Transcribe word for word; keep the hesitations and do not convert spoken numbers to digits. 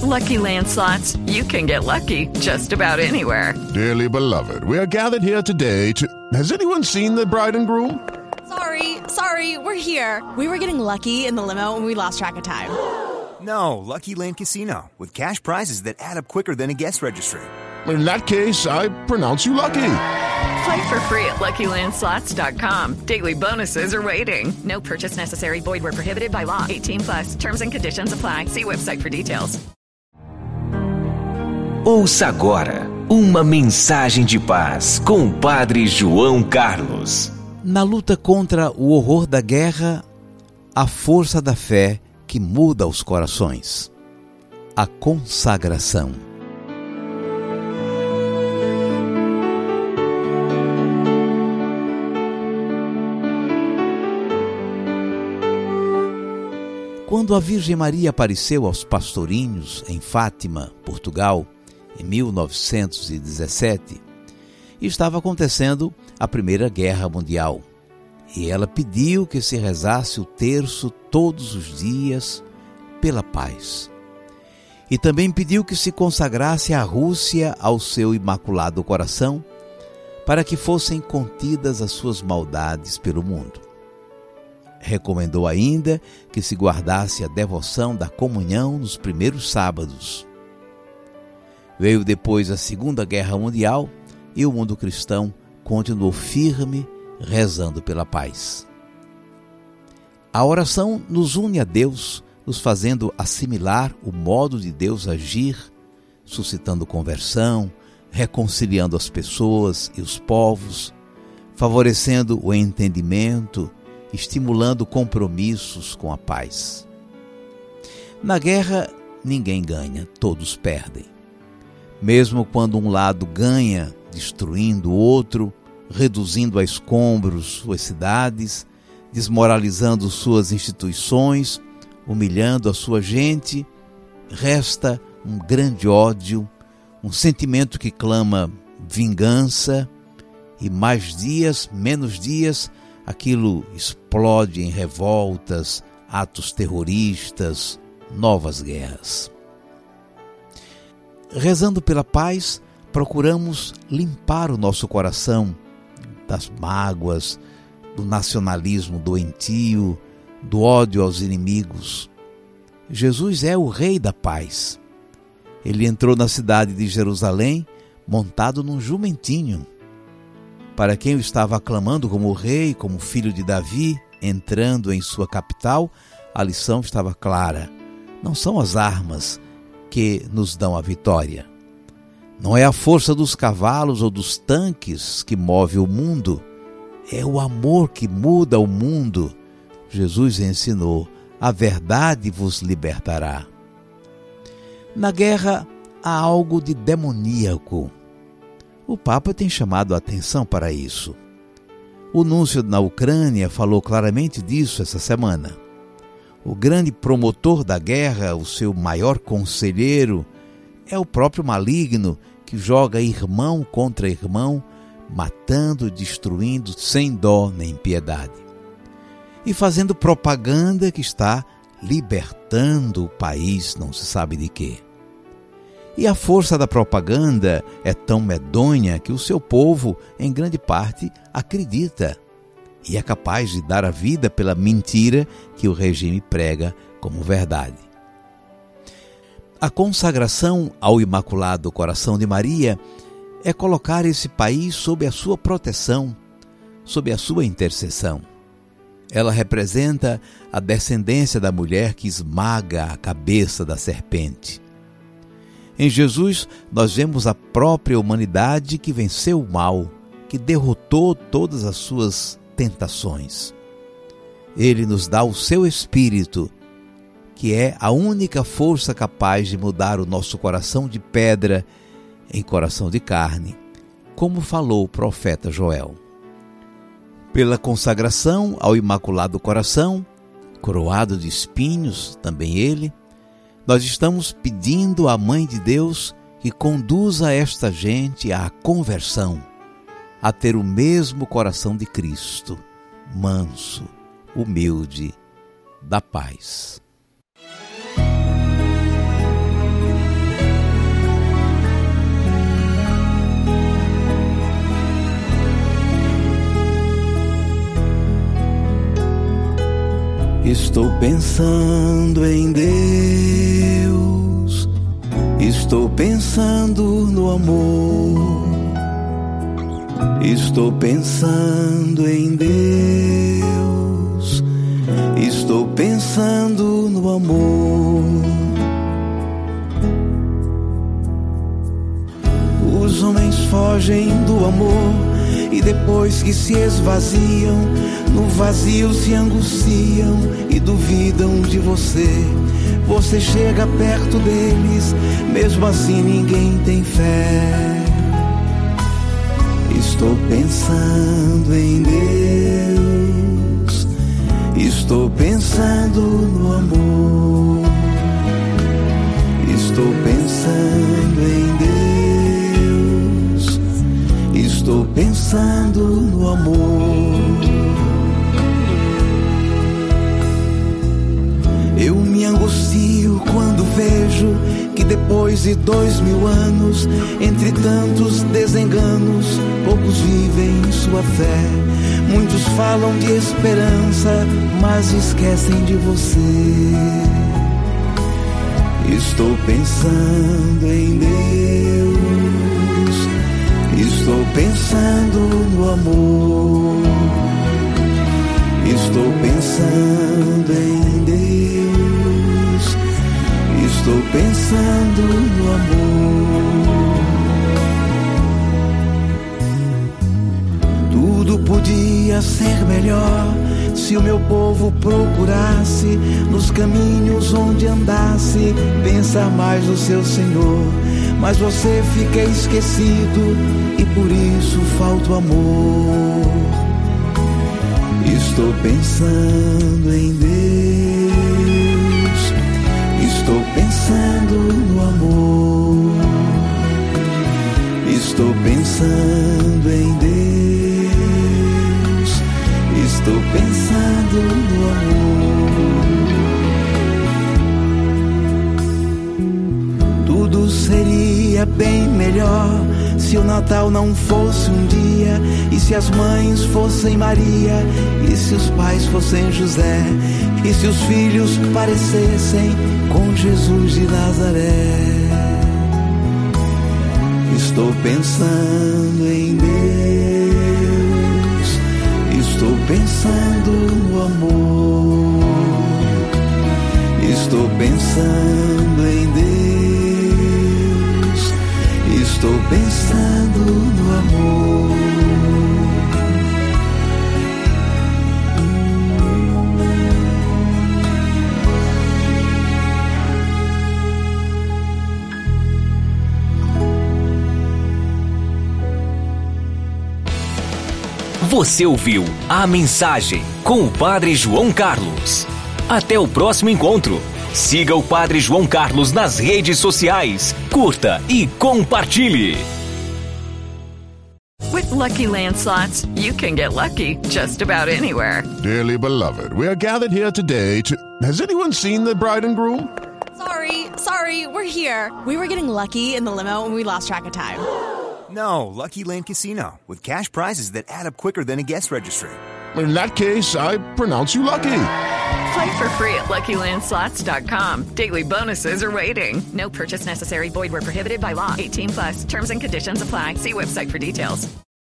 Lucky Land Slots, you can get lucky just about anywhere. Dearly beloved, we are gathered here today to... Has anyone seen the bride and groom? Sorry, sorry, we're here. We were getting lucky in the limo and we lost track of time. No, Lucky Land Casino, with cash prizes that add up quicker than a guest registry. In that case, I pronounce you lucky. Play for free at Lucky Land Slots dot com. Daily bonuses are waiting. No purchase necessary. Void where prohibited by law. eighteen plus. Terms and conditions apply. See website for details. Ouça agora uma mensagem de paz com o Padre João Carlos. Na luta contra o horror da guerra, a força da fé que muda os corações. A consagração. Quando a Virgem Maria apareceu aos pastorinhos em Fátima, Portugal, em mil novecentos e dezessete, estava acontecendo a Primeira Guerra Mundial. E ela pediu que se rezasse o terço todos os dias pela paz. E também pediu que se consagrasse a Rússia ao seu Imaculado Coração, para que fossem contidas as suas maldades pelo mundo. Recomendou ainda que se guardasse a devoção da comunhão nos primeiros sábados. Veio depois a Segunda Guerra Mundial e o mundo cristão continuou firme, rezando pela paz. A oração nos une a Deus, nos fazendo assimilar o modo de Deus agir, suscitando conversão, reconciliando as pessoas e os povos, favorecendo o entendimento, estimulando compromissos com a paz. Na guerra, ninguém ganha, todos perdem. Mesmo quando um lado ganha, destruindo o outro, reduzindo a escombros suas cidades, desmoralizando suas instituições, humilhando a sua gente, resta um grande ódio, um sentimento que clama vingança, e mais dias, menos dias, aquilo explode em revoltas, atos terroristas, novas guerras. Rezando pela paz, procuramos limpar o nosso coração das mágoas, do nacionalismo doentio, do ódio aos inimigos. Jesus é o Rei da Paz. Ele entrou na cidade de Jerusalém montado num jumentinho. Para quem o estava aclamando como rei, como filho de Davi, entrando em sua capital, a lição estava clara. Não são as armas que nos dão a vitória. Não é a força dos cavalos ou dos tanques que move o mundo. É o amor que muda o mundo. Jesus ensinou: a verdade vos libertará. Na guerra há algo de demoníaco. O Papa tem chamado a atenção para isso. O núncio na Ucrânia falou claramente disso essa semana. O grande promotor da guerra, o seu maior conselheiro, é o próprio maligno que joga irmão contra irmão, matando, destruindo sem dó nem piedade. E fazendo propaganda que está libertando o país, não se sabe de quê. E a força da propaganda é tão medonha que o seu povo, em grande parte, acredita e é capaz de dar a vida pela mentira que o regime prega como verdade. A consagração ao Imaculado Coração de Maria é colocar esse país sob a sua proteção, sob a sua intercessão. Ela representa a descendência da mulher que esmaga a cabeça da serpente. Em Jesus, nós vemos a própria humanidade que venceu o mal, que derrotou todas as suas tentações. Ele nos dá o seu Espírito, que é a única força capaz de mudar o nosso coração de pedra em coração de carne, como falou o profeta Joel. Pela consagração ao Imaculado Coração, coroado de espinhos, também ele, nós estamos pedindo à Mãe de Deus que conduza esta gente à conversão, a ter o mesmo coração de Cristo, manso, humilde, da paz. Estou pensando em Deus, estou pensando no amor, estou pensando em Deus, estou pensando no amor. Os homens fogem do amor e depois que se esvaziam, no vazio se angustiam e duvidam de você. Você chega perto deles, mesmo assim ninguém tem fé. Estou pensando em Deus, estou pensando no amor, estou pensando em Deus, estou pensando no amor. Eu me angustio quando vejo que depois de dois mil anos, entre tantos desenganos, poucos vivem sua fé. Muitos falam de esperança, mas esquecem de você. Estou pensando em Deus, estou pensando no amor, estou pensando em Deus, estou pensando no amor. Tudo podia ser melhor se o meu povo procurasse nos caminhos onde andasse pensar mais no seu Senhor. Mas você fica esquecido e por isso falta o amor. Estou pensando em Deus, estou pensando no amor, estou pensando em Deus, estou pensando no amor. Tudo seria bem melhor se o Natal não fosse um dia, e se as mães fossem Maria, e se os pais fossem José, e se os filhos parecessem com Jesus de Nazaré. Estou pensando em Deus, estou pensando no amor, estou pensando em Deus, estou pensando no amor. Você ouviu A Mensagem com o Padre João Carlos. Até o próximo encontro. Siga o Padre João Carlos nas redes sociais. Curta e compartilhe. With Lucky Land Slots, you can get lucky just about anywhere. Dearly beloved, we are gathered here today to... Has anyone seen the bride and groom? Sorry, sorry, we're here. We were getting lucky in the limo and we lost track of time. No, Lucky Land Casino, with cash prizes that add up quicker than a guest registry. In that case, I pronounce you lucky. Play for free at Lucky Land Slots dot com. Daily bonuses are waiting. No purchase necessary. Void where prohibited by law. eighteen plus. Terms and conditions apply. See website for details.